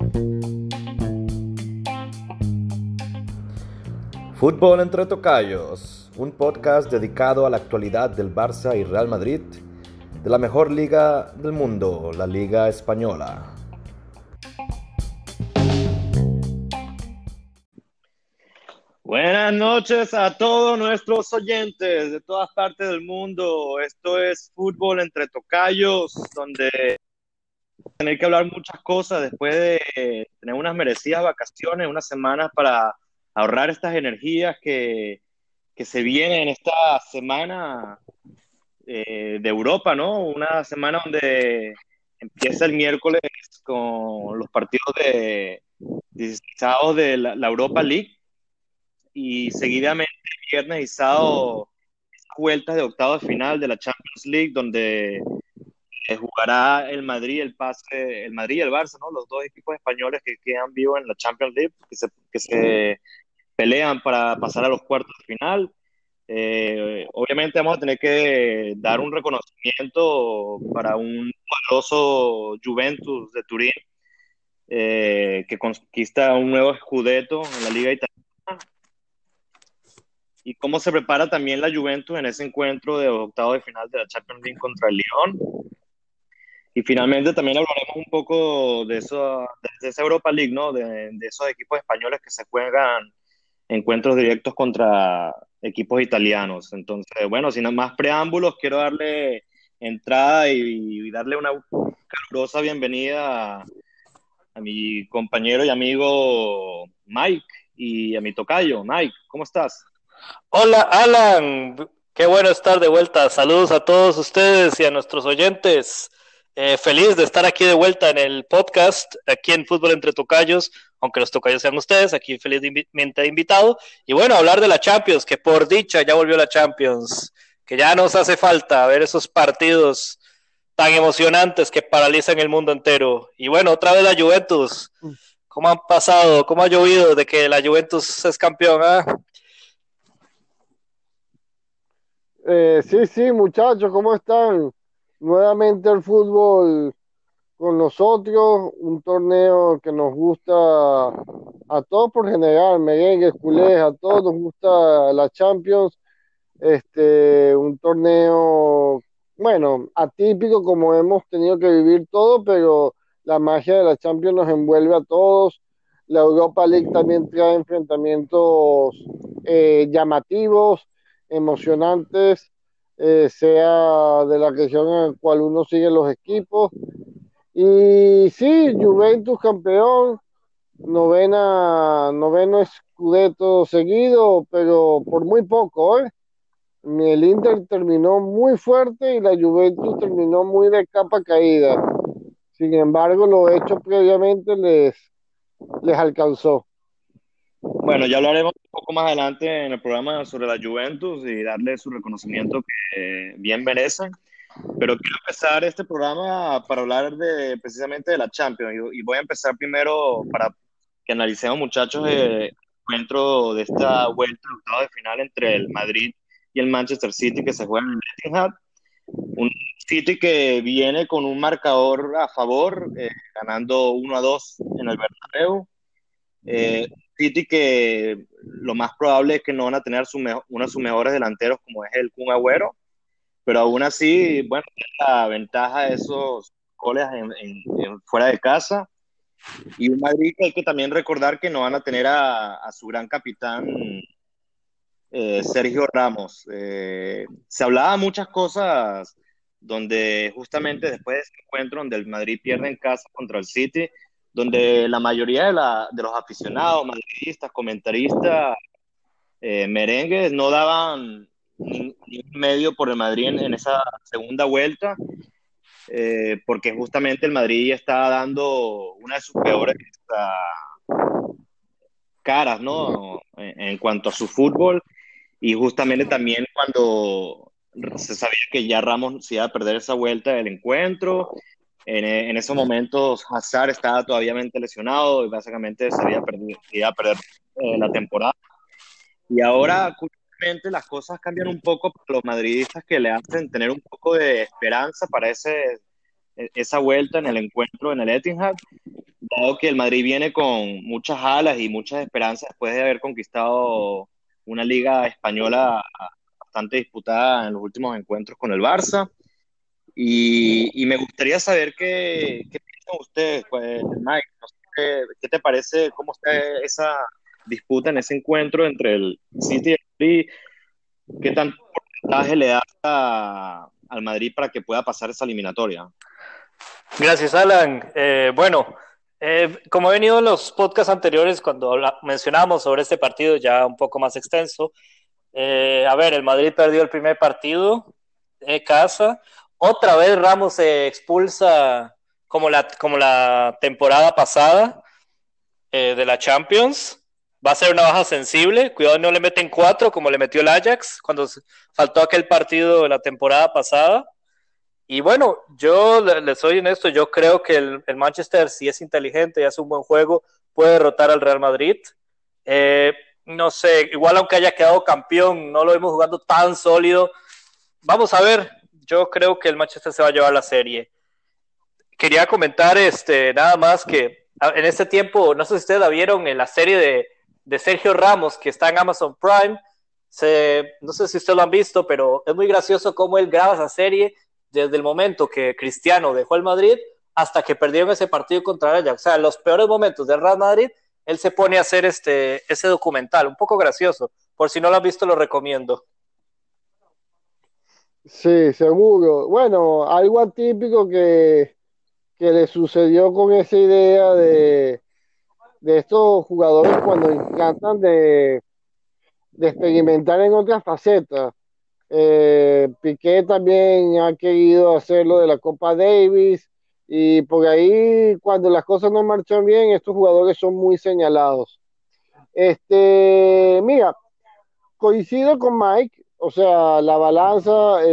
Fútbol entre tocayos, un podcast dedicado a la actualidad del Barça y Real Madrid, de la mejor liga del mundo, la Liga Española. Buenas noches a todos nuestros oyentes de todas partes del mundo. Esto es Fútbol entre tocayos, donde tener que hablar muchas cosas después de tener unas merecidas vacaciones, unas semanas para ahorrar estas energías que se vienen en esta semana de Europa, ¿no? Una semana donde empieza el miércoles con los partidos de la Europa League y seguidamente viernes y sábado vueltas de octavos de final de la Champions League, donde jugará el Madrid, el Madrid y el Barça, ¿no? Los dos equipos españoles que quedan vivos en la Champions League, que se pelean para pasar a los cuartos de final. Obviamente vamos a tener que dar un reconocimiento para un poderoso Juventus de Turín, que conquista un nuevo Scudetto en la Liga Italiana, y cómo se prepara también la Juventus en ese encuentro de octavo de final de la Champions League contra el Lyon. Y finalmente también hablaremos un poco de esa Europa League, ¿no? De esos equipos españoles que se juegan encuentros directos contra equipos italianos. Entonces, bueno, sin más preámbulos, quiero darle entrada y darle una calurosa bienvenida a mi compañero y amigo Mike y a mi tocayo. Mike, ¿cómo estás? Hola Alan, qué bueno estar de vuelta. Saludos a todos ustedes y a nuestros oyentes. Feliz de estar aquí de vuelta en el podcast, aquí en Fútbol entre Tocayos, aunque los tocayos sean ustedes, aquí felizmente invitado. Y bueno, hablar de la Champions, que por dicha ya volvió la Champions, que ya nos hace falta ver esos partidos tan emocionantes que paralizan el mundo entero. Y bueno, otra vez la Juventus. ¿Cómo han pasado? ¿Cómo ha llovido de que la Juventus es campeón? Sí, muchachos, ¿cómo están? Nuevamente el fútbol con nosotros, un torneo que nos gusta a todos por general, merengues, culés, a todos nos gusta la Champions, un torneo, bueno, atípico como hemos tenido que vivir todo, pero la magia de la Champions nos envuelve a todos. La Europa League también trae enfrentamientos llamativos, emocionantes, sea de la región en la cual uno sigue los equipos. Y sí, Juventus campeón, noveno Scudetto seguido, pero por muy poco, ¿eh? El Inter terminó muy fuerte y la Juventus terminó muy de capa caída. Sin embargo, lo hecho previamente les alcanzó. Bueno, ya hablaremos un poco más adelante en el programa sobre la Juventus y darle su reconocimiento que bien merecen. Pero quiero empezar este programa para hablar precisamente de la Champions. Y voy a empezar primero para que analicemos, muchachos, el encuentro de esta vuelta de octavo de final entre el Madrid y el Manchester City, que se juega en el Etihad. Un City que viene con un marcador a favor, ganando 1-2 en el Bernabéu. City que lo más probable es que no van a tener uno de sus mejores delanteros, como es el Kun Agüero, pero aún así, bueno, la ventaja de esos goles fuera de casa. Y un Madrid que hay que también recordar que no van a tener a su gran capitán, Sergio Ramos. Se hablaba muchas cosas donde justamente después de ese encuentro donde el Madrid pierde en casa contra el City, donde la mayoría de los aficionados, madridistas, comentaristas, merengues, no daban ni un medio por el Madrid en esa segunda vuelta, porque justamente el Madrid está dando una de sus peores caras, ¿no? En cuanto a su fútbol, y justamente también cuando se sabía que ya Ramos se iba a perder esa vuelta del encuentro. En esos momentos Hazard estaba todavía lesionado y básicamente iba a perder la temporada. Y ahora, curiosamente, las cosas cambian un poco para los madridistas, que le hacen tener un poco de esperanza para esa vuelta en el encuentro en el Etihad. dado que el Madrid viene con muchas alas y muchas esperanzas después de haber conquistado una liga española bastante disputada en los últimos encuentros con el Barça. Y me gustaría saber qué piensan ustedes, pues, Mike, no sé, qué te parece, cómo está esa disputa en ese encuentro entre el City y el Madrid, qué tanto porcentaje le das al Madrid para que pueda pasar esa eliminatoria. Gracias, Alan. Como he venido en los podcasts anteriores, cuando mencionamos sobre este partido ya un poco más extenso, a ver, el Madrid perdió el primer partido de casa. Otra vez Ramos se expulsa como la temporada pasada de la Champions. Va a ser una baja sensible. Cuidado, no le meten 4 como le metió el Ajax cuando faltó aquel partido de la temporada pasada. Y bueno, yo le soy honesto, yo creo que el Manchester, si es inteligente y hace un buen juego, puede derrotar al Real Madrid. Eh, no sé, igual aunque haya quedado campeón, no lo vemos jugando tan sólido. Vamos a ver, yo creo que el Manchester se va a llevar la serie. Quería comentar nada más que en este tiempo, no sé si ustedes la vieron en la serie de Sergio Ramos, que está en Amazon Prime. No sé si ustedes lo han visto, pero es muy gracioso cómo él graba esa serie desde el momento que Cristiano dejó el Madrid hasta que perdieron ese partido contra el Ajax. O sea, en los peores momentos del Real Madrid, él se pone a hacer ese documental, un poco gracioso. Por si no lo han visto, lo recomiendo. Sí, seguro. Bueno, algo atípico que le sucedió con esa idea de estos jugadores cuando encantan de experimentar en otras facetas. Piqué también ha querido hacer lo de la Copa Davis y por ahí cuando las cosas no marchan bien, estos jugadores son muy señalados. Mira, coincido con Mike, o sea, la balanza,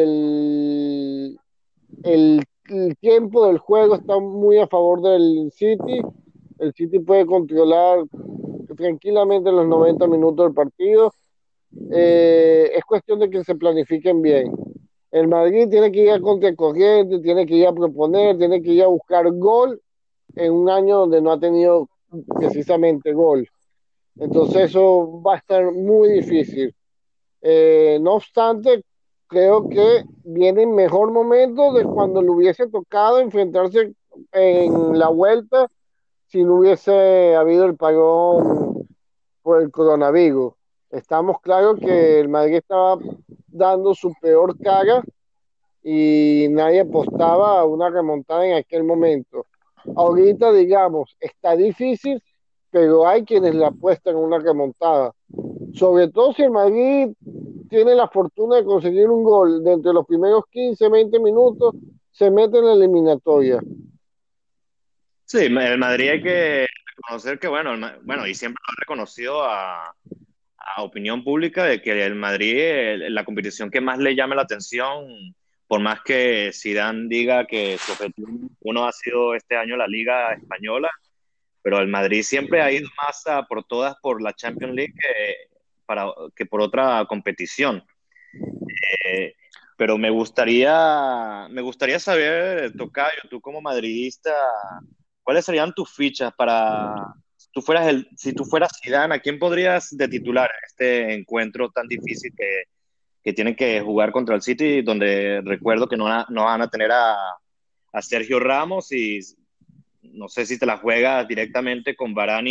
el tiempo del juego está muy a favor del City. El City puede controlar tranquilamente los 90 minutos del partido. Es cuestión de que se planifiquen bien. El Madrid tiene que ir a contracorriente, tiene que ir a proponer, tiene que ir a buscar gol en un año donde no ha tenido precisamente gol. Entonces eso va a estar muy difícil. No obstante, creo que viene en mejor momento de cuando le hubiese tocado enfrentarse en la vuelta si no hubiese habido el parón por el coronavirus. Estamos claros que el Madrid estaba dando su peor cara y nadie apostaba a una remontada en aquel momento. Ahorita, digamos, está difícil, pero hay quienes le apuestan a una remontada. Sobre todo si el Madrid tiene la fortuna de conseguir un gol dentro de los primeros 15, 20 minutos, se mete en la eliminatoria. Sí, el Madrid hay que reconocer que, bueno, y siempre lo ha reconocido a opinión pública de que el Madrid, la competición que más le llama la atención, por más que Zidane diga que su objetivo uno ha sido este año la Liga Española, pero el Madrid siempre ha ido más por todas por la Champions League que por otra competición. Eh, pero me gustaría saber, Tocayo, tú como madridista, ¿cuáles serían tus fichas para, si tú fueras Zidane, a quién podrías de titular en este encuentro tan difícil que tienen que jugar contra el City, donde recuerdo que no van a tener a Sergio Ramos y no sé si te la juegas directamente con Varane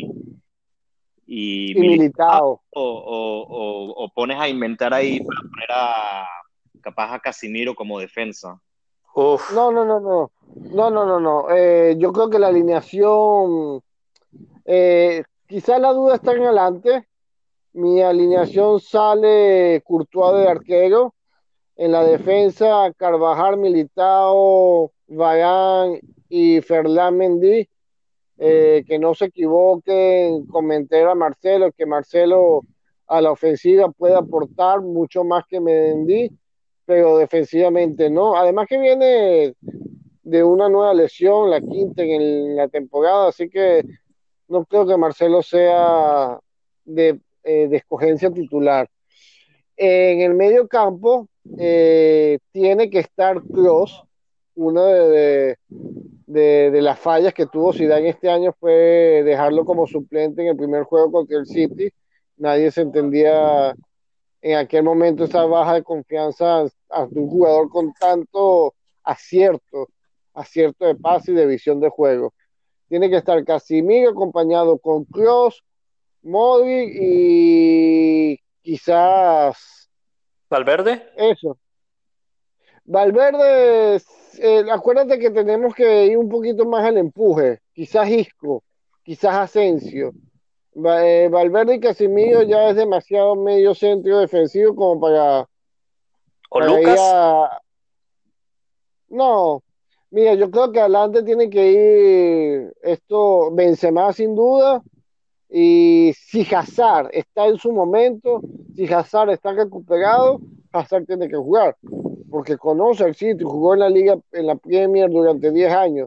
y Y Militao Militao. o pones a inventar ahí para poner capaz a Casimiro como defensa. Uf. No, no, no, no. No, no, no, no. Yo creo que la alineación, quizá la duda está en adelante. Mi alineación sale Courtois de arquero. En la defensa, Carvajal, Militao, Varane y Ferland Mendy. Que no se equivoquen, comenté a Marcelo, que Marcelo a la ofensiva puede aportar mucho más que Mendy, pero defensivamente no. Además que viene de una nueva lesión, la quinta en la temporada, así que no creo que Marcelo sea de escogencia titular. En el medio campo tiene que estar Kroos, uno de las fallas que tuvo Zidane este año fue dejarlo como suplente en el primer juego contra el City. Nadie se entendía en aquel momento esa baja de confianza ante un jugador con tanto acierto, acierto de pase y de visión de juego. Tiene que estar Casimiro acompañado con Kroos, Modric y quizás Valverde. eso. Valverde, acuérdate que tenemos que ir un poquito más al empuje. Quizás Isco, quizás Asensio. Valverde y Casimiro ya es demasiado medio centro defensivo como O para ir Lucas. a... No, mira, yo creo que adelante tiene que ir esto, Benzema sin duda, y si Hazard está en su momento, si Hazard está recuperado, Hazard tiene que jugar, porque conoce el sitio, jugó en la liga, en la Premier durante 10 años.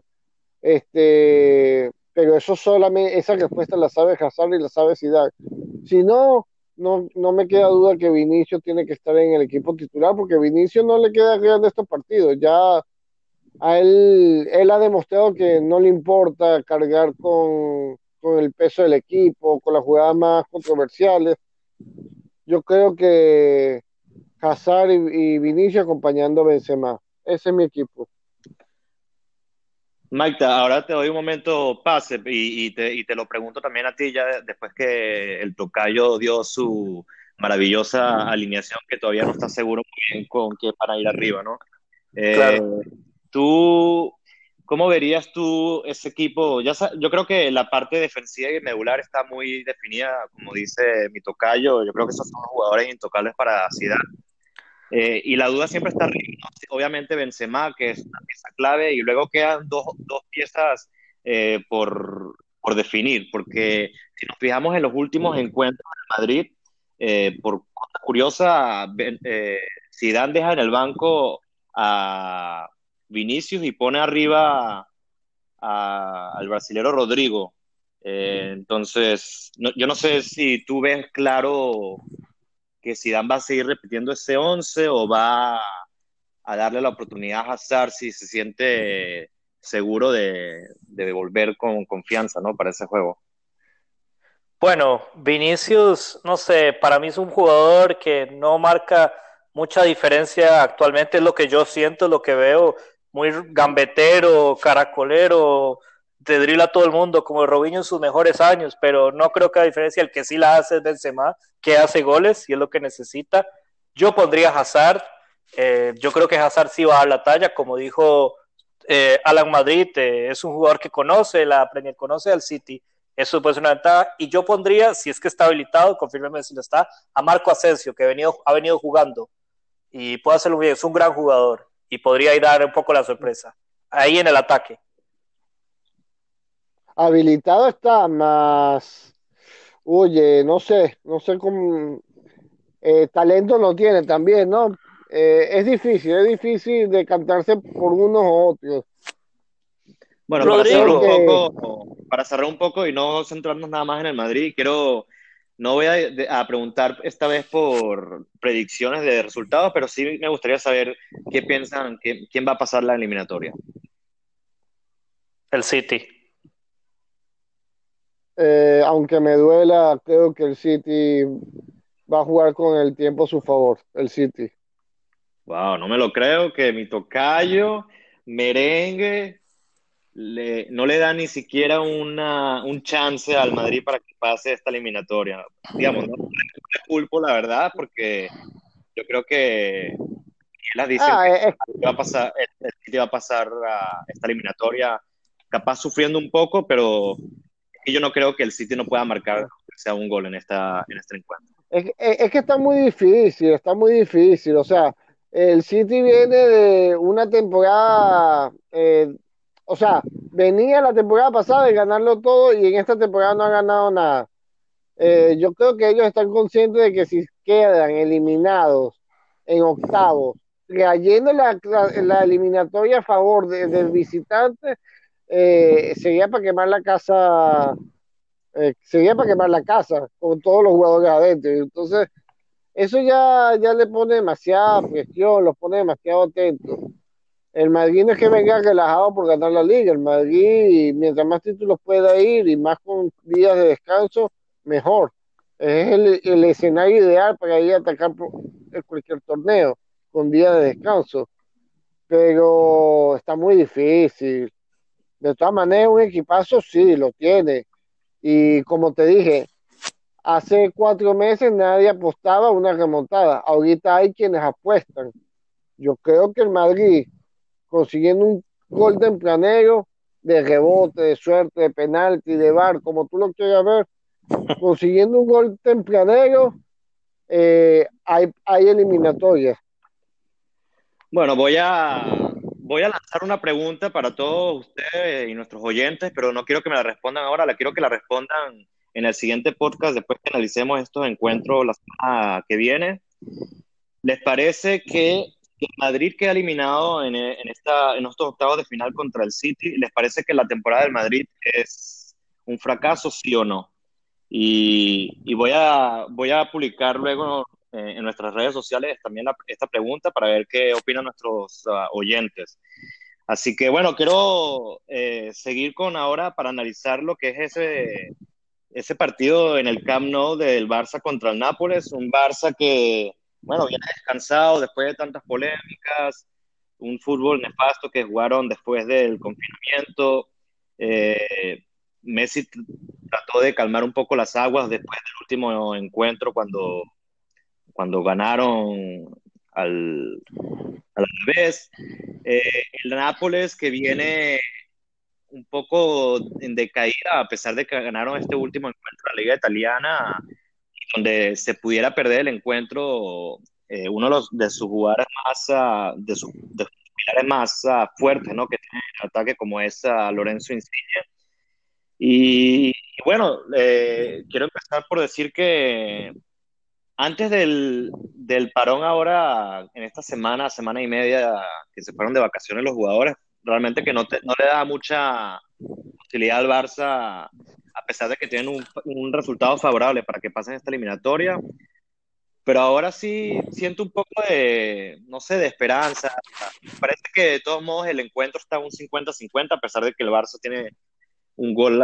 Pero eso solamente, esa respuesta la sabe Hazard y la sabe Zidane. Si no, no me queda duda que Vinicius tiene que estar en el equipo titular, porque Vinicius no le queda real de estos partidos. Ya a él ha demostrado que no le importa cargar con el peso del equipo, con las jugadas más controversiales. Yo creo que Hazard y Vinicius acompañando a Benzema. Ese es mi equipo. Mike, ahora te doy un momento pase y te lo pregunto también a ti ya después que el tocayo dio su maravillosa alineación que todavía no está seguro muy bien con qué para ir arriba, ¿no? Eh, Claro. ¿Tú cómo verías tú ese equipo? Yo creo que la parte defensiva y medular está muy definida, como dice mi tocayo. Yo creo que esos son los jugadores intocables para Zidane. Y la duda siempre está arriba, ¿no? Obviamente Benzema, que es una pieza clave, y luego quedan dos piezas por definir, porque si nos fijamos en los últimos encuentros de Madrid, por cosa curiosa, Zidane deja en el banco a Vinicius y pone arriba al brasilero Rodrigo. Entonces, yo no sé si tú ves claro que Zidane va a seguir repitiendo ese 11 o va a darle la oportunidad a Hazard si se siente seguro de volver con confianza, ¿no? Para ese juego. Bueno, Vinicius, no sé, para mí es un jugador que no marca mucha diferencia actualmente, es lo que yo siento, es lo que veo, muy gambetero, caracolero, te dribla a todo el mundo, como Robinho en sus mejores años, pero no creo que la diferencia, el que sí la hace es Benzema, que hace goles y es lo que necesita. Yo pondría a Hazard, yo creo que Hazard sí va a dar la talla, como dijo Alan Madrid, es un jugador que conoce la Premier, conoce al City, eso puede ser una ventaja. Y yo pondría, si es que está habilitado, confírmeme si lo está, a Marco Asensio, que ha venido jugando y puede hacerlo bien. Es un gran jugador y podría ir a dar un poco la sorpresa. Ahí en el ataque. Habilitado está más, oye, no sé cómo, talento no tiene también, ¿no? Es difícil decantarse por unos o otros. Bueno, Yo creo que, para cerrar un poco y no centrarnos nada más en el Madrid, no voy a preguntar esta vez por predicciones de resultados, pero sí me gustaría saber qué piensan, quién va a pasar la eliminatoria. El City. aunque me duela, creo que el City va a jugar con el tiempo a su favor, el City. Wow, no me lo creo que mi tocayo merengue no le da ni siquiera un chance al Madrid para que pase esta eliminatoria. Digamos, no le culpo la verdad, porque yo creo que las dicen Ah, que va a pasar, el City va a pasar a esta eliminatoria, capaz sufriendo un poco, pero yo no creo que el City no pueda marcar sea un gol en este encuentro. es que está muy difícil. O sea, el City viene de una temporada, o sea, venía la temporada pasada de ganarlo todo y en esta temporada no ha ganado nada. Yo creo que ellos están conscientes de que si quedan eliminados en octavos, trayendo la eliminatoria a favor del visitante, sería para quemar la casa, sería para quemar la casa con todos los jugadores adentro. Entonces, eso ya le pone demasiada presión, los pone demasiado atentos. El Madrid no es que venga relajado por ganar la liga. El Madrid, mientras más títulos pueda ir y más con días de descanso, mejor. Es el escenario ideal para ir a atacar cualquier torneo con días de descanso. Pero está muy difícil. De todas maneras, un equipazo sí lo tiene. Y como te dije, hace 4 meses nadie apostaba a una remontada. Ahorita hay quienes apuestan. Yo creo que el Madrid, consiguiendo un gol tempranero, de rebote, de suerte, de penalti, de VAR, como tú lo quieras ver, consiguiendo un gol tempranero, hay eliminatorias. Bueno, voy a lanzar una pregunta para todos ustedes y nuestros oyentes, pero no quiero que me la respondan ahora, la quiero que la respondan en el siguiente podcast, después que analicemos estos encuentros la semana que viene. ¿Les parece que el Madrid queda eliminado en estos octavos de final contra el City? ¿Les parece que la temporada del Madrid es un fracaso, sí o no? Y voy a publicar luego en nuestras redes sociales también esta pregunta para ver qué opinan nuestros oyentes. Así que bueno, quiero seguir con ahora para analizar lo que es ese partido en el Camp Nou del Barça contra el Nápoles, un Barça que, bueno, viene descansado después de tantas polémicas, un fútbol nefasto que jugaron después del confinamiento. Eh, Messi trató de calmar un poco las aguas después del último encuentro cuando ganaron al, al revés. Eh, el Nápoles que viene un poco en decaída, a pesar de que ganaron este último encuentro de la Liga Italiana, donde se pudiera perder el encuentro, uno de sus jugadores más, de sus pilares más fuertes, ¿no? Que tiene el ataque, como es Lorenzo Insigne. Y bueno, quiero empezar por decir que antes del parón ahora, en esta semana y media que se fueron de vacaciones los jugadores, realmente que no le da mucha utilidad al Barça, a pesar de que tienen un resultado favorable para que pasen esta eliminatoria. Pero ahora sí siento un poco de, no sé, de esperanza. Parece que de todos modos el encuentro está un 50-50, a pesar de que el Barça tiene un gol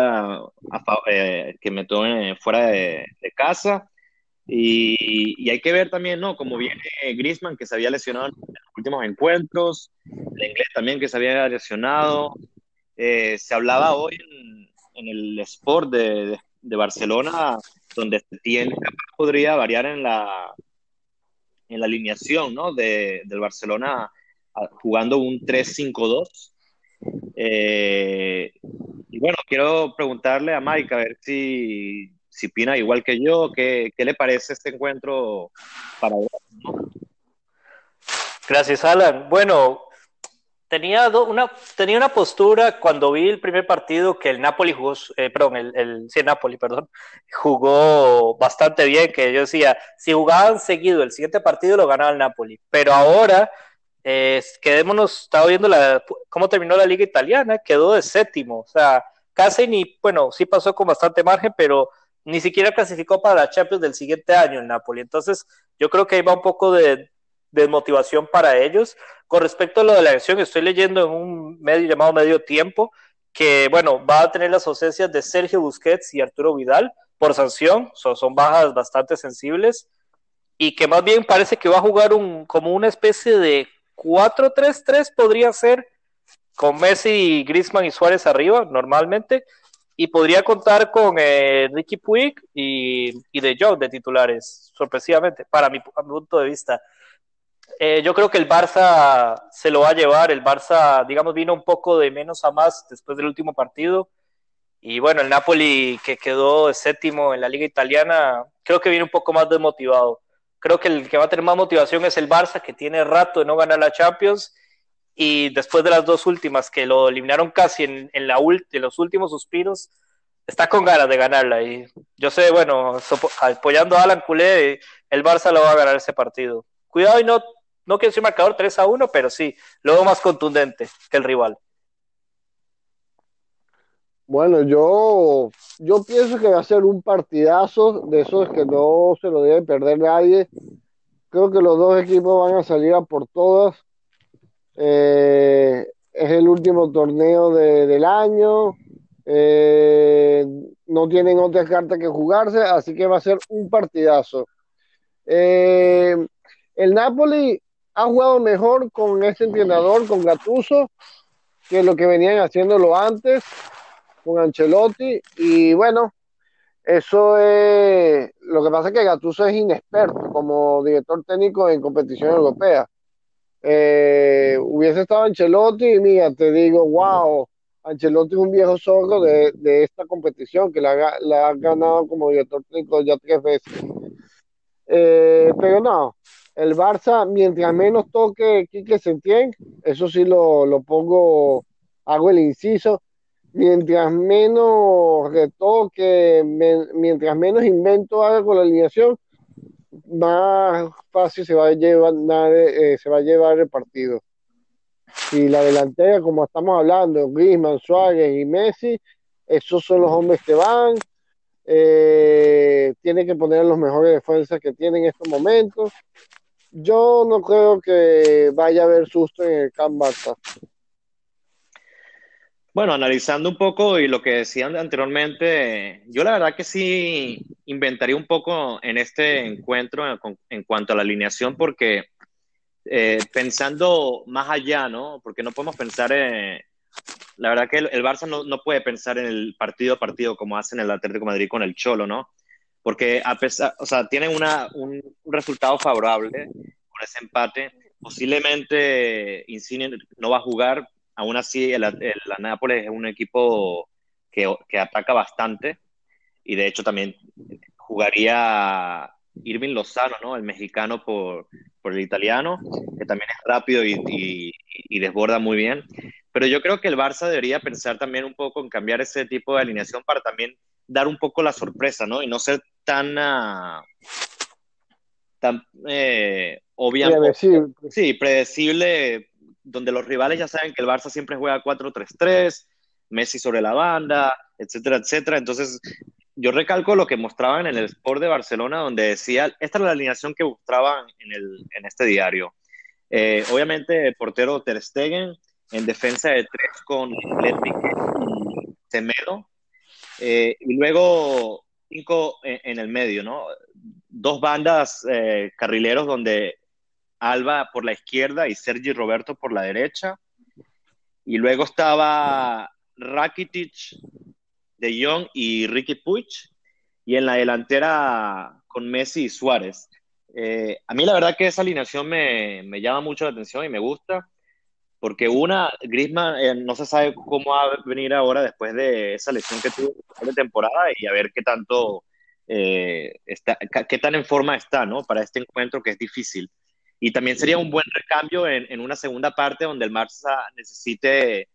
que metió fuera de casa. Y hay que ver también, ¿no? Cómo viene Griezmann, que se había lesionado en los últimos encuentros, el inglés también, que se había lesionado. Se hablaba hoy en el Sport de Barcelona, donde capaz podría variar en la alineación, ¿no? Del Barcelona jugando un 3-5-2. Y bueno, quiero preguntarle a Mike a ver si opina igual que yo, ¿qué le parece este encuentro para vos, ¿no? Gracias, Alan. Bueno, tenía una postura cuando vi el primer partido que el Napoli jugó, perdón, sí, Napoli, perdón, jugó bastante bien, que yo decía, si jugaban seguido el siguiente partido lo ganaba el Napoli, pero ahora quedémonos, estaba viendo cómo terminó la liga italiana, quedó de séptimo, o sea, casi ni, bueno, sí pasó con bastante margen, pero ni siquiera clasificó para la Champions del siguiente año el Napoli, entonces yo creo que ahí va un poco de desmotivación para ellos. Con respecto a lo de la elección, estoy leyendo en un medio llamado Medio Tiempo que, bueno, va a tener las ausencias de Sergio Busquets y Arturo Vidal por sanción, son bajas bastante sensibles, y que más bien parece que va a jugar como una especie de 4-3-3 podría ser, con Messi, Griezmann y Suárez arriba, normalmente, y podría contar con Ricky Puig y De Jong de titulares, sorpresivamente, a mi punto de vista. Yo creo que el Barça se lo va a llevar. El Barça, digamos, vino un poco de menos a más después del último partido. Y bueno, el Napoli, que quedó séptimo en la liga italiana, creo que viene un poco más desmotivado. Creo que el que va a tener más motivación es el Barça, que tiene rato de no ganar la Champions. Y después de las dos últimas, que lo eliminaron casi en los últimos suspiros, está con ganas de ganarla. Y yo sé, bueno, apoyando a Alan Culé, el Barça lo va a ganar ese partido. Cuidado y no quiero decir marcador 3-1, pero sí, lo veo más contundente que el rival. Bueno, yo pienso que va a ser un partidazo de esos que no se lo debe perder nadie. Creo que los dos equipos van a salir a por todas. Es el último torneo del año. Eh, no tienen otras cartas que jugarse, así que va a ser un partidazo. Eh, el Napoli ha jugado mejor con este entrenador, con Gattuso, que lo que venían haciéndolo antes con Ancelotti. Y bueno, eso es. Lo que pasa es que Gattuso es inexperto como director técnico en competición europea. Hubiese estado Ancelotti y mira, te digo, wow, Ancelotti es un viejo zorro de esta competición que la ha ganado como director técnico ya 3 veces. Pero no, el Barça, mientras menos toque Quique Setién, eso sí lo pongo, hago el inciso, mientras menos retoque, mientras menos invento haga con la alineación, más fácil se va a llevar el partido. Si la delantera, como estamos hablando, Griezmann, Suárez y Messi, esos son los hombres que van. Tiene que poner los mejores defensas que tiene en estos momentos. Yo no creo que vaya a haber susto en el Camp Barça. Bueno, analizando un poco y lo que decían anteriormente, yo la verdad que sí inventaría un poco en este encuentro en cuanto a la alineación, porque pensando más allá, ¿no? Porque no podemos pensar, la verdad que el Barça no puede pensar en el partido a partido como hacen el Atlético de Madrid con el Cholo, ¿no? Porque a pesar, o sea, tienen un resultado favorable por ese empate. Posiblemente Insigne no va a jugar, aún así la Nápoles es un equipo que ataca bastante y de hecho también jugaría Irving Lozano, ¿no? El mexicano por el italiano, que también es rápido y desborda muy bien. Pero yo creo que el Barça debería pensar también un poco en cambiar ese tipo de alineación para también dar un poco la sorpresa, ¿no? Y no ser tan obvia, Predecible. sí, predecible, donde los rivales ya saben que el Barça siempre juega 4-3-3, Messi sobre la banda, etcétera, etcétera. Entonces, yo recalco lo que mostraban en el Sport de Barcelona, donde decía, esta es la alineación que mostraban en este diario. Obviamente, el portero Ter Stegen, en defensa de tres con Led Piqué y Semedo, y luego cinco en el medio, ¿no? Dos bandas carrileros donde Alba por la izquierda y Sergi Roberto por la derecha. Y luego estaba Rakitic, De Jong y Ricky Puig. Y en la delantera con Messi y Suárez. A mí la verdad que esa alineación me llama mucho la atención y me gusta. Porque Griezmann no se sabe cómo va a venir ahora después de esa lesión que tuvo de temporada y a ver qué tanto qué tan en forma está, ¿no? Para este encuentro que es difícil. Y también sería un buen recambio en una segunda parte donde el Barça necesite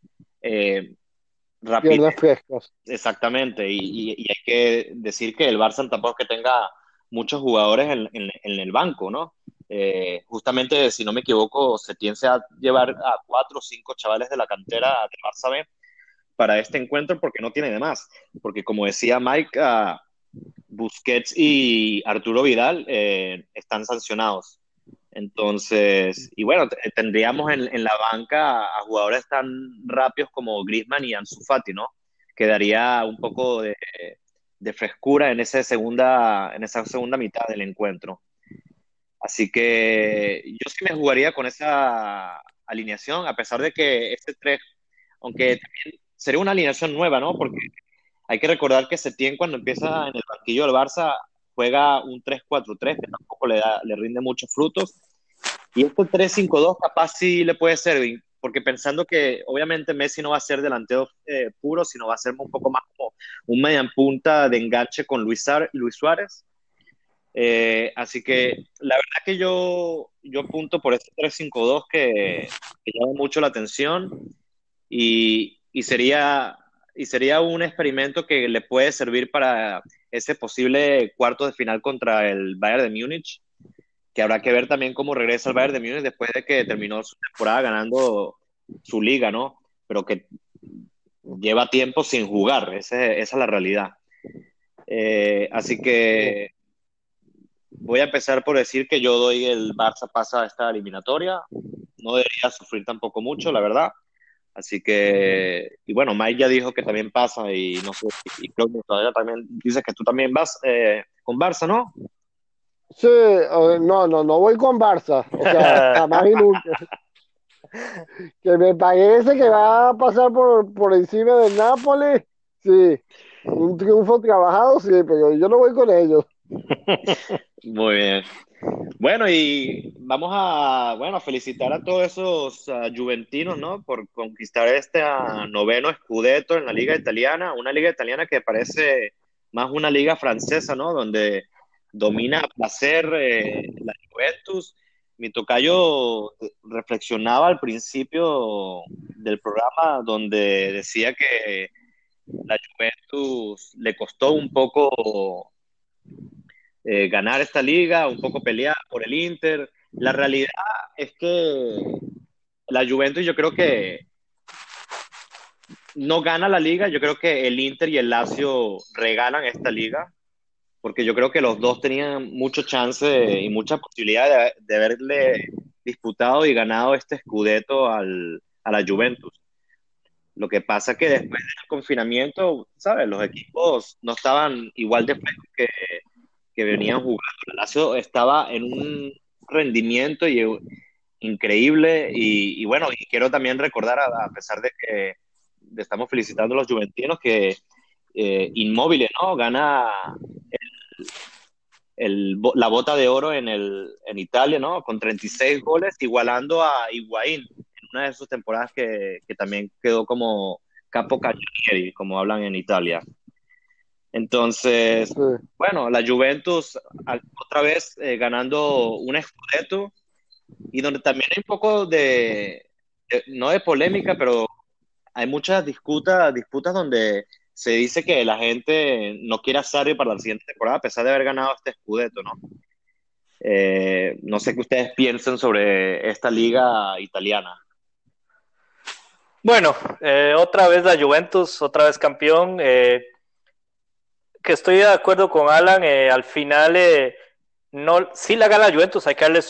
rapidez. Piernas frescas. Exactamente, y hay que decir que el Barça tampoco es que tenga muchos jugadores en el banco, ¿no? Justamente, si no me equivoco, se tiende a llevar a 4 o 5 chavales de la cantera de Barça B para este encuentro porque no tiene de más. Porque como decía Mike, Busquets y Arturo Vidal están sancionados. Entonces, y bueno, tendríamos en la banca a jugadores tan rápidos como Griezmann y Ansu Fati, ¿no? Que daría un poco de frescura en esa segunda mitad del encuentro. Así que yo sí me jugaría con esa alineación, a pesar de que este 3, aunque también sería una alineación nueva, ¿no? Porque hay que recordar que Setién cuando empieza en el banquillo del Barça juega un 3-4-3 que tampoco le rinde muchos frutos. Y este 3-5-2 capaz sí le puede servir, porque pensando que obviamente Messi no va a ser delantero puro, sino va a ser un poco más como un medianpunta de enganche con Luis Suárez. Así que la verdad que yo apunto por este 3-5-2 que llama mucho la atención y sería un experimento que le puede servir para ese posible cuarto de final contra el Bayern de Múnich, que habrá que ver también cómo regresa el Bayern de Múnich después de que terminó su temporada ganando su liga, ¿no? Pero que lleva tiempo sin jugar, esa es la realidad. Así que voy a empezar por decir que yo doy el Barça pasa a esta eliminatoria. no debería sufrir tampoco mucho, la verdad. Así que, y bueno, Mike ya dijo que también pasa y no sé, y creo que todavía también dice que tú también vas con Barça, ¿no? Sí, no voy con Barça, o sea, jamás y nunca. Que me parece que va a pasar por encima del Nápoles, sí, un triunfo trabajado, sí, pero yo no voy con ellos. Muy bien. Bueno, y vamos a, bueno, felicitar a todos esos juventinos, ¿no? Por conquistar este noveno Scudetto en la Liga Italiana, una Liga Italiana que parece más una liga francesa, ¿no? Donde domina a placer la Juventus. Mi tocayo reflexionaba al principio del programa donde decía que la Juventus le costó un poco ganar esta liga, un poco pelear por el Inter. La realidad es que la Juventus yo creo que no gana la liga, yo creo que el Inter y el Lazio regalan esta liga, porque yo creo que los dos tenían mucho chance y mucha posibilidad de haberle disputado y ganado este Scudetto a la Juventus. Lo que pasa que después del confinamiento, ¿sabes? Los equipos no estaban igual de frescos que venían jugando. El Lazio estaba en un rendimiento increíble y bueno, y quiero también recordar, a pesar de que estamos felicitando a los juventinos, que Inmóvil, ¿no? Gana la bota de oro en Italia, ¿no? Con 36 goles, igualando a Higuaín en una de sus temporadas que también quedó como capo cañonieri, como hablan en Italia. Entonces, Sí. bueno, la Juventus otra vez ganando un Scudetto y donde también hay un poco no de polémica, pero hay muchas disputas donde se dice que la gente no quiere a Sarri para la siguiente temporada a pesar de haber ganado este Scudetto, ¿no? No sé qué ustedes piensan sobre esta liga italiana. Bueno, otra vez la Juventus, otra vez campeón. Que estoy de acuerdo con Alan, al final no, sí la gana la Juventus, hay que darle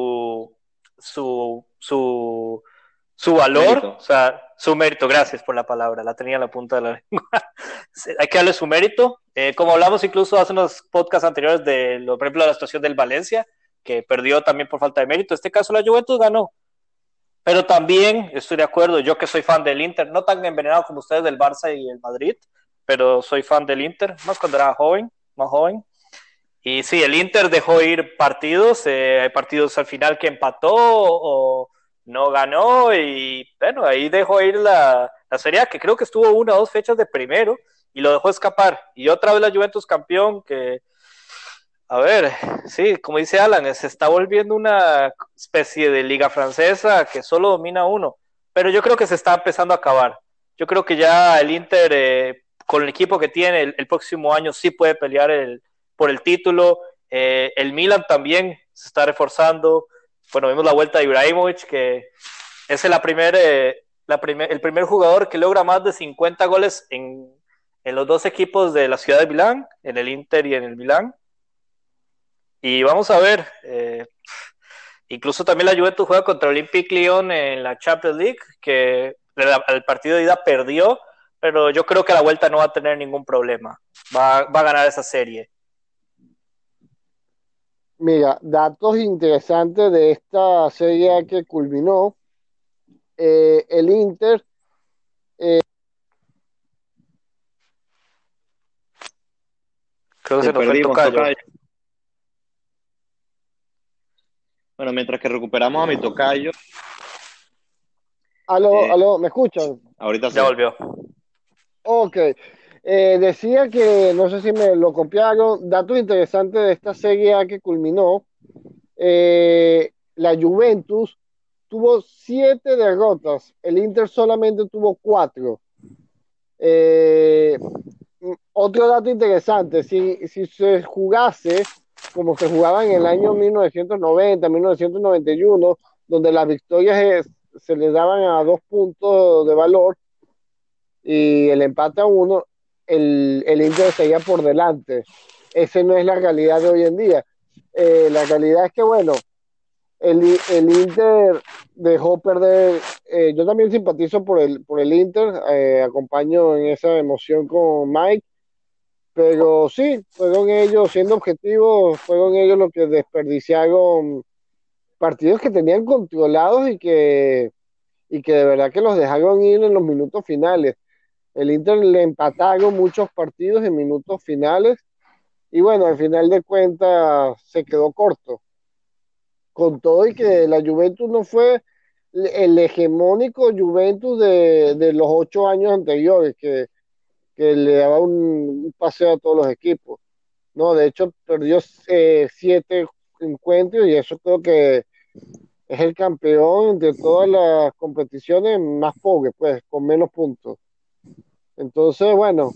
su valor, Mérito. o sea, su mérito, gracias por la palabra, la tenía en la punta de la lengua. Hay que darle su mérito, como hablamos incluso hace unos podcasts anteriores de, por ejemplo, la situación del Valencia, que perdió también por falta de mérito, en este caso la Juventus ganó, pero también estoy de acuerdo, yo que soy fan del Inter, no tan envenenado como ustedes del Barça y el Madrid, pero soy fan del Inter, más cuando era joven, más joven. Y sí, el Inter dejó ir partidos, hay partidos al final que empató o no ganó y bueno, ahí dejó ir la Serie A, que creo que estuvo 1 o 2 fechas de primero y lo dejó escapar. Y otra vez la Juventus campeón, que a ver, sí, como dice Alan, se está volviendo una especie de liga francesa que solo domina uno, pero yo creo que se está empezando a acabar. Yo creo que ya el Inter, con el equipo que tiene, el próximo año sí puede pelear por el título. El Milan también se está reforzando. Bueno, vimos la vuelta de Ibrahimovic, que es el primer jugador que logra más de 50 goles en los dos equipos de la ciudad de Milán, en el Inter y en el Milán. Y vamos a ver, incluso también la Juventus juega contra Olympique Lyon en la Champions League, que el partido de ida perdió, pero yo creo que a la vuelta no va a tener ningún problema. Va a ganar esa serie. Mira, datos interesantes de esta serie que culminó. El Inter Creo que Te se nos fue el perdimos, tocayo. tocayo. Bueno, mientras que recuperamos a mi tocayo. aló, ¿me escuchan? Ahorita sí. Ya volvió. Ok. Decía que, no sé si me lo copiaron, datos interesantes de esta serie A que culminó. La Juventus tuvo 7 derrotas, el Inter solamente tuvo 4. Otro dato interesante, si se jugase como se jugaba en el año 1990, 1991, donde las victorias se les daban a 2 puntos de valor y el empate a 1, el Inter seguía por delante. Esa no es la realidad de hoy en día. La realidad es que, bueno, el Inter dejó perder. Yo también simpatizo por el Inter, acompaño en esa emoción con Mike, pero sí, fueron ellos, siendo objetivos, fueron ellos los que desperdiciaron partidos que tenían controlados y que de verdad que los dejaron ir en los minutos finales. El Inter le empataron muchos partidos en minutos finales y bueno, al final de cuentas se quedó corto. Con todo y que la Juventus no fue el hegemónico Juventus de los 8 años anteriores, que le daba un paseo a todos los equipos. No, de hecho perdió 7 encuentros y eso creo que es el campeón de todas las competiciones más pobre, pues, con menos puntos. Entonces, bueno,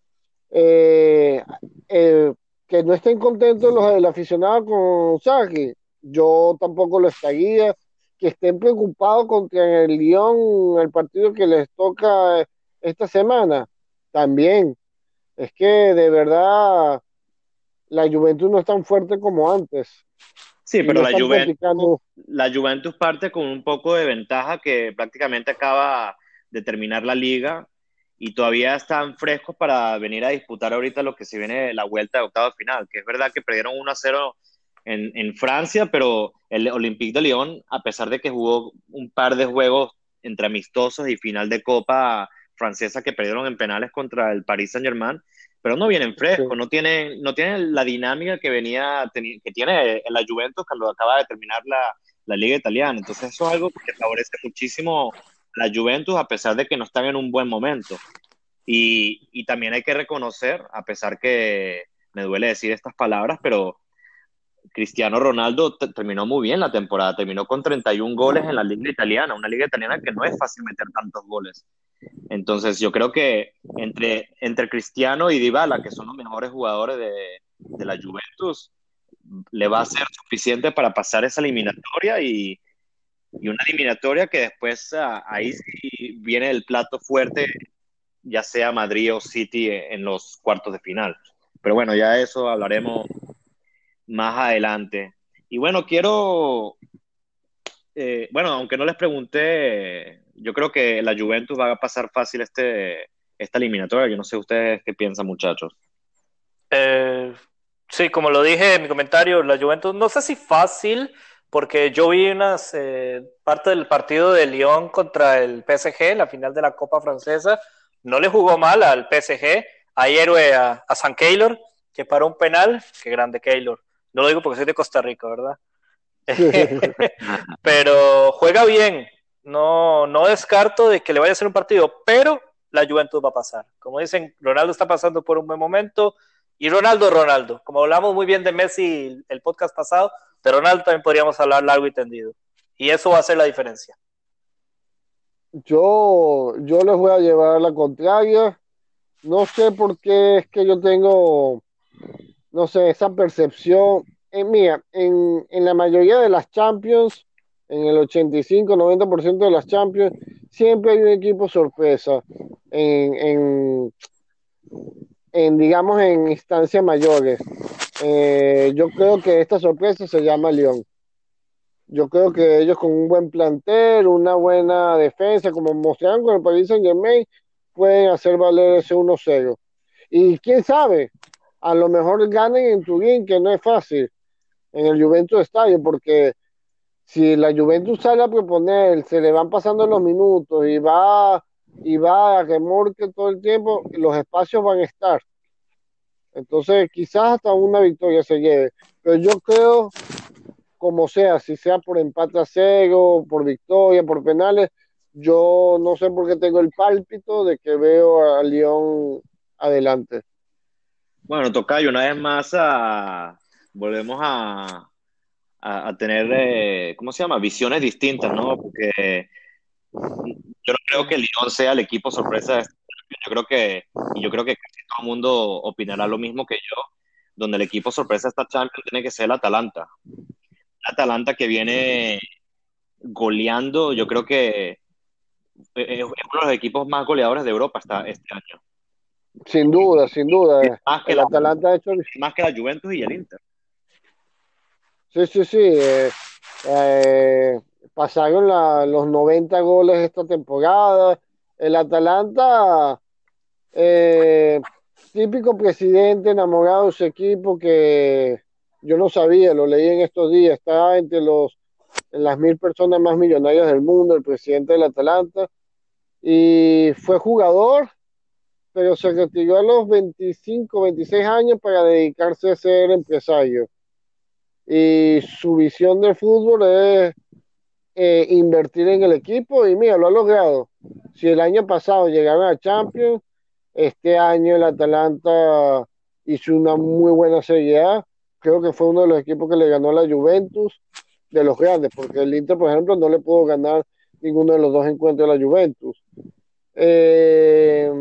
eh, eh, que no estén contentos el aficionado con Sarri, yo tampoco lo estaría. Que estén preocupados contra el Lyon, el partido que les toca esta semana, también. Es que de verdad la Juventus no es tan fuerte como antes Sí, y pero no están practicando. La Juventus parte con un poco de ventaja que prácticamente acaba de terminar la liga y todavía están frescos para venir a disputar ahorita lo que se viene la vuelta de octavos de final, que es verdad que perdieron 1-0 en Francia, pero el Olympique de Lyon, a pesar de que jugó un par de juegos entre amistosos y final de Copa francesa que perdieron en penales contra el Paris Saint-Germain, pero no vienen frescos, Sí. no tienen la dinámica que tiene en la Juventus cuando acaba de terminar la Liga Italiana. Entonces eso es algo que favorece muchísimo a la Juventus a pesar de que no están en un buen momento. Y también hay que reconocer, a pesar que me duele decir estas palabras, pero Cristiano Ronaldo terminó muy bien la temporada, terminó con 31 goles en la Liga Italiana, una Liga Italiana que no es fácil meter tantos goles. Entonces, yo creo que entre Cristiano y Dybala, que son los mejores jugadores de la Juventus, le va a ser suficiente para pasar esa eliminatoria y una eliminatoria que después ahí sí viene el plato fuerte, ya sea Madrid o City en los cuartos de final. Pero bueno, ya de eso hablaremos más adelante. Y bueno, bueno, aunque no les pregunté, yo creo que la Juventus va a pasar fácil esta eliminatoria. Yo no sé ustedes qué piensan, muchachos. Eh, sí, como lo dije en mi comentario, la Juventus, no sé si fácil, porque yo vi unas parte del partido de Lyon contra el PSG, la final de la Copa Francesa. No le jugó mal al PSG. Hay héroe a San Keylor, que paró un penal. Qué grande Keylor. No lo digo porque soy de Costa Rica, ¿verdad? Pero juega bien. No, no descarto de que le vaya a hacer un partido, pero la Juventus va a pasar. Como dicen, Ronaldo está pasando por un buen momento. Y Ronaldo. Como hablamos muy bien de Messi el podcast pasado, de Ronaldo también podríamos hablar largo y tendido. Y eso va a hacer la diferencia. Yo les voy a llevar la contraria. No sé por qué es que yo tengo, no sé, esa percepción. Mira, en la mayoría de las Champions, en el 85-90% de las Champions, siempre hay un equipo sorpresa en, en, digamos, en instancias mayores. Yo creo que esta sorpresa se llama Lyon. Yo creo que ellos con un buen plantel, una buena defensa, como mostraron con el Paris Saint-Germain, pueden hacer valer ese 1-0. Y quién sabe, a lo mejor ganen en Turín, que no es fácil, en el Juventus Estadio, porque si la Juventus sale a proponer, se le van pasando los minutos y va a remolque todo el tiempo, los espacios van a estar. Entonces, quizás hasta una victoria se lleve. Pero yo creo, como sea, si sea por empate a cero, por victoria, por penales, yo no sé por qué tengo el pálpito de que veo a Lyon adelante. Bueno, Tocayo, una vez más volvemos a tener, ¿cómo se llama? Visiones distintas, ¿no? Porque yo no creo que el Lyon sea el equipo sorpresa de este año. Yo creo que casi todo el mundo opinará lo mismo que yo, donde el equipo sorpresa de esta Champions tiene que ser el Atalanta. El Atalanta que viene goleando, yo creo que es uno de los equipos más goleadores de Europa este año. Sin duda, sin duda. Más que El la, Atalanta ha hecho. más que la Juventus y el Inter. Sí, sí, sí. Eh, Pasaron los 90 goles esta temporada. El Atalanta, eh, típico presidente enamorado de su equipo que yo no sabía, lo leí en estos días, está en las 1.000 personas más millonarias del mundo, el presidente del Atalanta, y fue jugador, pero se retiró a los 25, 26 años para dedicarse a ser empresario. Y su visión del fútbol es invertir en el equipo y mira, lo ha logrado. Si el año pasado llegaron a Champions, este año el Atalanta hizo una muy buena Serie A. Creo que fue uno de los equipos que le ganó a la Juventus de los grandes, porque el Inter, por ejemplo, no le pudo ganar ninguno de los dos encuentros a la Juventus. Eh,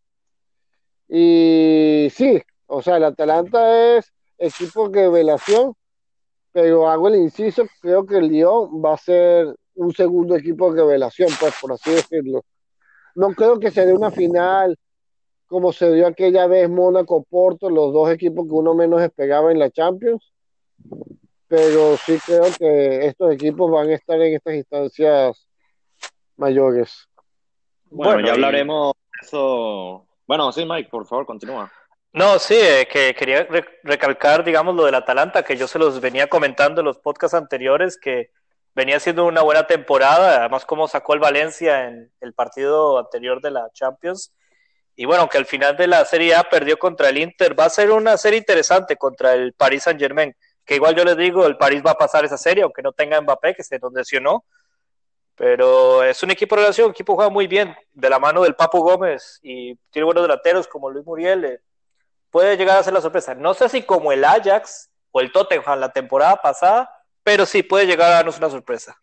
y sí, o sea, el Atalanta es equipo de revelación, pero hago el inciso, creo que el Lyon va a ser un segundo equipo de revelación, pues por así decirlo. No creo que se dé una final como se dio aquella vez Mónaco-Porto, los dos equipos que uno menos esperaba en la Champions, pero sí creo que estos equipos van a estar en estas instancias mayores. Bueno, ya Bueno, y hablaremos de eso. Bueno, sí, Mike, por favor, continúa. no, sí, que quería recalcar, digamos, lo del Atalanta, que yo se los venía comentando en los podcasts anteriores, que venía siendo una buena temporada, además como sacó el Valencia en el partido anterior de la Champions. Y bueno, que al final de la Serie A perdió contra el Inter, va a ser una serie interesante contra el Paris Saint-Germain, que igual yo les digo, el París va a pasar esa serie, aunque no tenga Mbappé, que se nos lesionó, pero es un equipo de relación, el equipo juega muy bien, de la mano del Papu Gómez, y tiene buenos delanteros como Luis Muriel, puede llegar a ser la sorpresa. No sé si como el Ajax o el Tottenham la temporada pasada, pero sí puede llegar a darnos una sorpresa.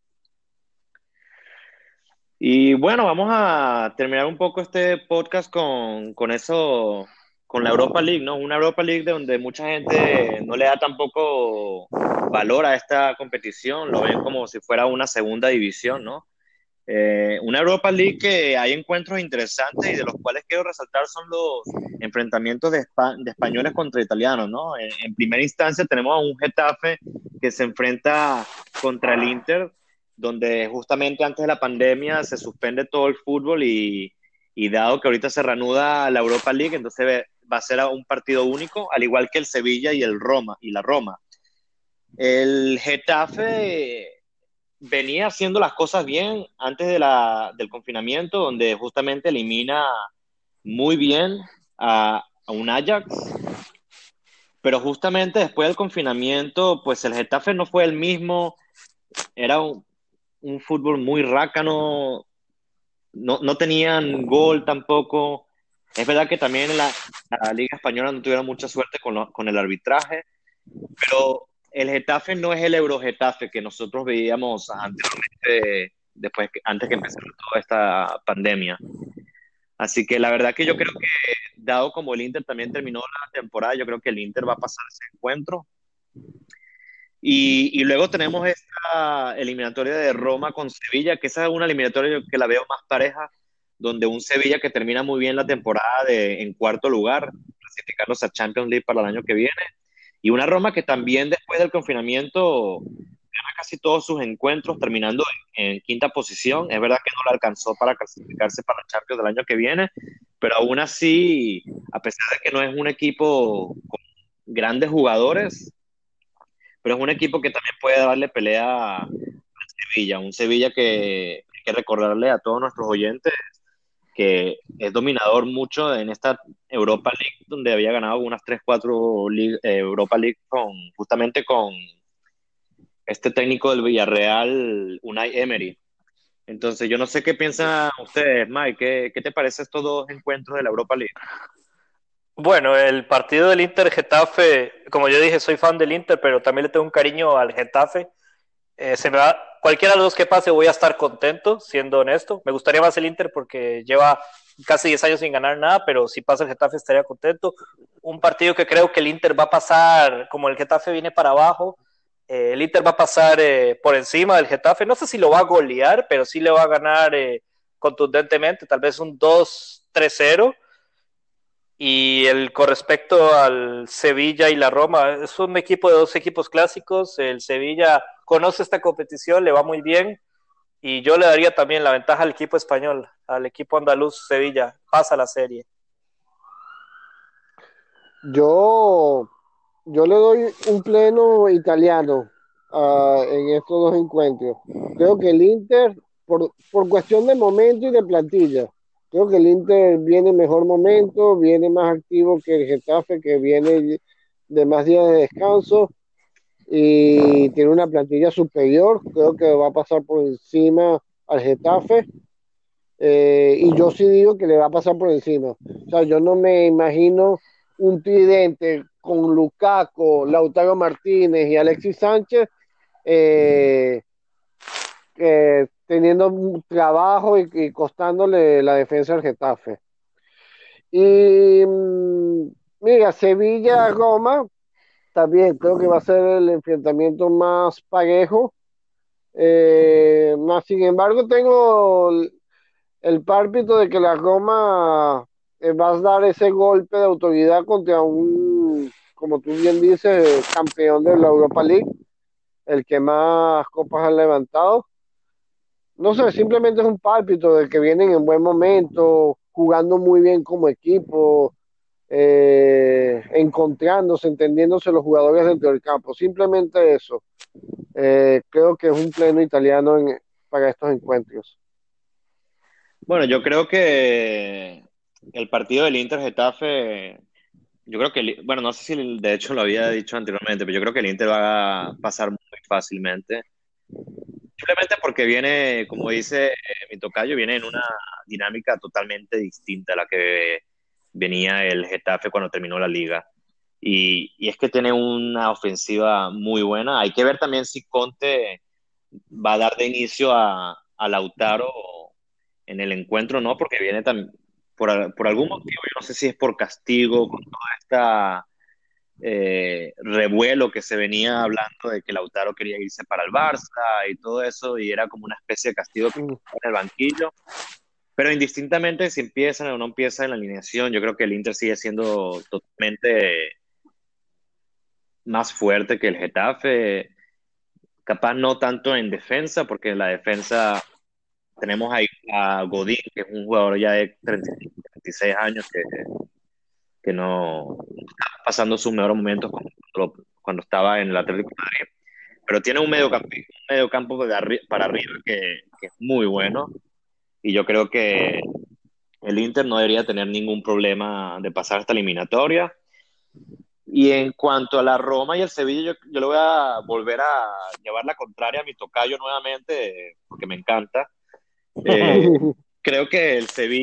Y bueno, vamos a terminar un poco este podcast con eso, con la Europa League, ¿no? Una Europa League de donde mucha gente no le da tampoco valor a esta competición, lo ven como si fuera una segunda división, ¿no? Una Europa League que hay encuentros interesantes y de los cuales quiero resaltar son los enfrentamientos de españoles contra italianos, ¿no? En primera instancia tenemos a un Getafe que se enfrenta contra el Inter, donde justamente antes de la pandemia se suspende todo el fútbol y dado que ahorita se reanuda la Europa League, entonces va a ser un partido único, al igual que el Sevilla y el Roma y la Roma. El Getafe venía haciendo las cosas bien antes del confinamiento, donde justamente elimina muy bien a un Ajax, pero justamente después del confinamiento, pues el Getafe no fue el mismo, era un fútbol muy rácano, no tenían gol tampoco. Es verdad que también en la Liga Española no tuvieron mucha suerte con el arbitraje, pero el Getafe no es el Euro-Getafe que nosotros veíamos anteriormente, antes que empezara toda esta pandemia. Así que la verdad que yo creo que, dado como el Inter también terminó la temporada, yo creo que el Inter va a pasar ese encuentro. Y luego tenemos esta eliminatoria de Roma con Sevilla, que esa es una eliminatoria que la veo más pareja, donde un Sevilla que termina muy bien la temporada en cuarto lugar, clasificándose a Champions League para el año que viene, y una Roma que también después del confinamiento gana casi todos sus encuentros, terminando en quinta posición. Es verdad que no le alcanzó para clasificarse para la Champions del año que viene, pero aún así, a pesar de que no es un equipo con grandes jugadores, pero es un equipo que también puede darle pelea al Sevilla, un Sevilla que hay que recordarle a todos nuestros oyentes que es dominador mucho en esta Europa League, donde había ganado unas 3-4 Europa League justamente con este técnico del Villarreal, Unai Emery. Entonces, yo no sé qué piensan ustedes, Mike, ¿qué te parece estos dos encuentros de la Europa League? Bueno, el partido del Inter-Getafe, como yo dije, soy fan del Inter, pero también le tengo un cariño al Getafe. Cualquiera de los dos que pase voy a estar contento, siendo honesto. Me gustaría más el Inter porque lleva casi 10 años sin ganar nada, pero si pasa el Getafe estaría contento. Un partido que creo que el Inter va a pasar, como el Getafe viene para abajo, el Inter va a pasar por encima del Getafe. No sé si lo va a golear, pero sí le va a ganar contundentemente, tal vez un 2-3-0. Con respecto al Sevilla y la Roma, es un equipo de dos equipos clásicos. El Sevilla conoce esta competición, le va muy bien. Y yo le daría también la ventaja al equipo español, al equipo andaluz Sevilla. Pasa la serie. Yo, yo le doy un pleno italiano en estos dos encuentros. Creo que el Inter, por cuestión de momento y de plantilla, creo que el Inter viene en mejor momento, viene más activo que el Getafe, que viene de más días de descanso y tiene una plantilla superior. Creo que va a pasar por encima al Getafe. Y yo sí digo que le va a pasar por encima. O sea, yo no me imagino un tridente con Lukaku, Lautaro Martínez y Alexis Sánchez eh, teniendo un trabajo y costándole la defensa al Getafe. Y mira, Sevilla-Roma también creo que va a ser el enfrentamiento más parejo. Más sin embargo, tengo el pálpito de que la Roma va a dar ese golpe de autoridad contra un, como tú bien dices, campeón de la Europa League, el que más copas ha levantado. No sé, simplemente es un pálpito de que vienen en buen momento, jugando muy bien como equipo, encontrándose, entendiéndose los jugadores dentro del campo. Simplemente eso. Creo que es un pleno italiano para estos encuentros. Bueno, yo creo que el partido del Inter-Getafe, yo creo que, bueno, no sé si de hecho lo había dicho anteriormente, pero yo creo que el Inter va a pasar muy fácilmente. Simplemente porque viene, como dice mi tocayo, viene en una dinámica totalmente distinta a la que venía el Getafe cuando terminó la liga. Y es que tiene una ofensiva muy buena. Hay que ver también si Conte va a dar de inicio a Lautaro en el encuentro, ¿no? Porque viene también, por algún motivo, yo no sé si es por castigo, con toda esta revuelo que se venía hablando de que Lautaro quería irse para el Barça y todo eso, y era como una especie de castigo que Mm. en el banquillo. Pero indistintamente si empiezan o no empiezan en la alineación, yo creo que el Inter sigue siendo totalmente más fuerte que el Getafe, capaz no tanto en defensa, porque en la defensa tenemos ahí a Godín, que es un jugador ya de 35, 36 años que no está pasando sus mejores momentos cuando estaba en el Atlético de Madrid. Pero tiene un medio campo para arriba que es muy bueno. Y yo creo que el Inter no debería tener ningún problema de pasar esta eliminatoria. Y en cuanto a la Roma y el Sevilla, yo le voy a volver a llevar la contraria a mi tocayo nuevamente, porque me encanta. Eh, Creo que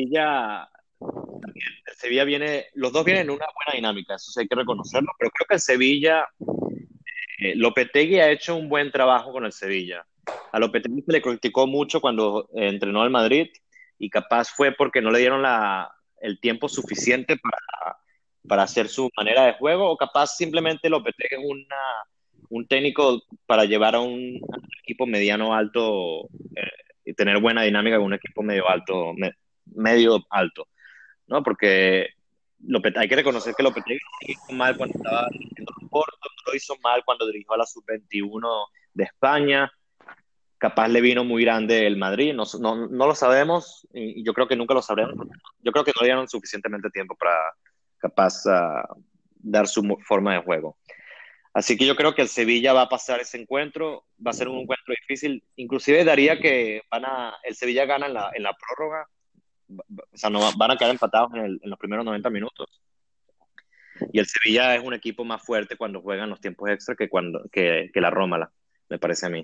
el Sevilla viene, los dos vienen en una buena dinámica, eso sí hay que reconocerlo, pero creo que el Sevilla, Lopetegui ha hecho un buen trabajo con el Sevilla. A Lopetegui se le criticó mucho cuando entrenó al Madrid y capaz fue porque no le dieron el tiempo suficiente para hacer su manera de juego, o capaz simplemente Lopetegui es un técnico para llevar a un equipo mediano alto y tener buena dinámica con un equipo medio alto, medio alto, ¿no? Porque hay que reconocer que Lopetegui no lo hizo mal cuando estaba dirigiendo a Porto, no lo hizo mal cuando dirigió a la sub-21 de España. Capaz le vino muy grande el Madrid, no lo sabemos y yo creo que nunca lo sabremos. Yo creo que no le dieron suficientemente tiempo para capaz dar su forma de juego. Así que yo creo que el Sevilla va a pasar ese encuentro, va a ser un encuentro difícil. Inclusive daría que el Sevilla gana en la prórroga, o sea, no van a quedar empatados en los primeros 90 minutos. Y el Sevilla es un equipo más fuerte cuando juegan los tiempos extra que la Roma, me parece a mí.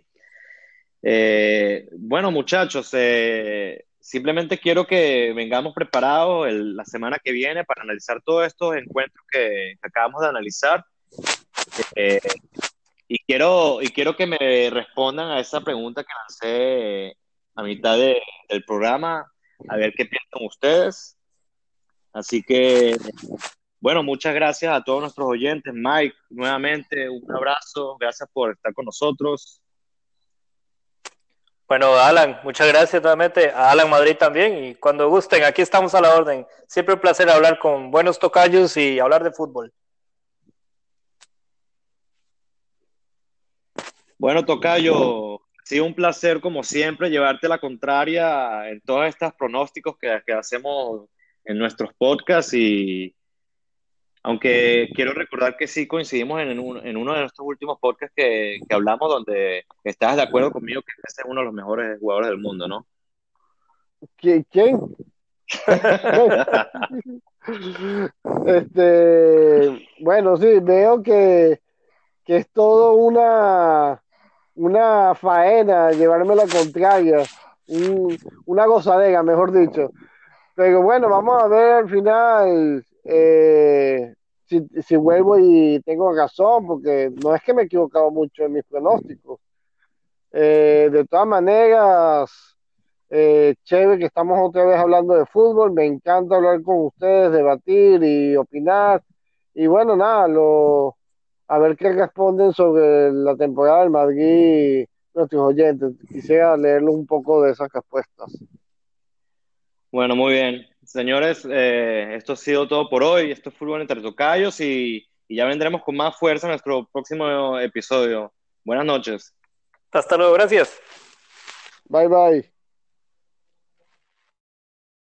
Bueno, muchachos, simplemente quiero que vengamos preparados la semana que viene para analizar todos estos encuentros que acabamos de analizar. Eh, y quiero que me respondan a esa pregunta que lancé a mitad del programa, a ver qué piensan ustedes. Así que, bueno, muchas gracias a todos nuestros oyentes. Mike, nuevamente un abrazo, gracias por estar con nosotros. Bueno, Alan, muchas gracias nuevamente. A Alan Madrid también. Y cuando gusten, aquí estamos a la orden. Siempre un placer hablar con buenos tocayos y hablar de fútbol. Bueno, tocayo, ha sido un placer como siempre llevarte la contraria en todos estos pronósticos que hacemos en nuestros podcasts y aunque quiero recordar que sí coincidimos en uno de nuestros últimos podcasts que hablamos donde estás de acuerdo conmigo que ese es uno de los mejores jugadores del mundo, ¿no? ¿Quién? Bueno, sí, veo que es todo una faena llevarme la contraria, una gozadera, mejor dicho. Pero bueno, vamos a ver al final si vuelvo y tengo razón, porque no es que me he equivocado mucho en mis pronósticos. De todas maneras, chévere que estamos otra vez hablando de fútbol. Me encanta hablar con ustedes, debatir y opinar. Y bueno, nada, a ver qué responden sobre la temporada del Madrid nuestros oyentes. Quisiera leerles un poco de esas respuestas. Bueno, muy bien. Señores, esto ha sido todo por hoy. Esto es Fútbol entre Tocayos y ya vendremos con más fuerza en nuestro próximo episodio. Buenas noches. Hasta luego, gracias. Bye bye.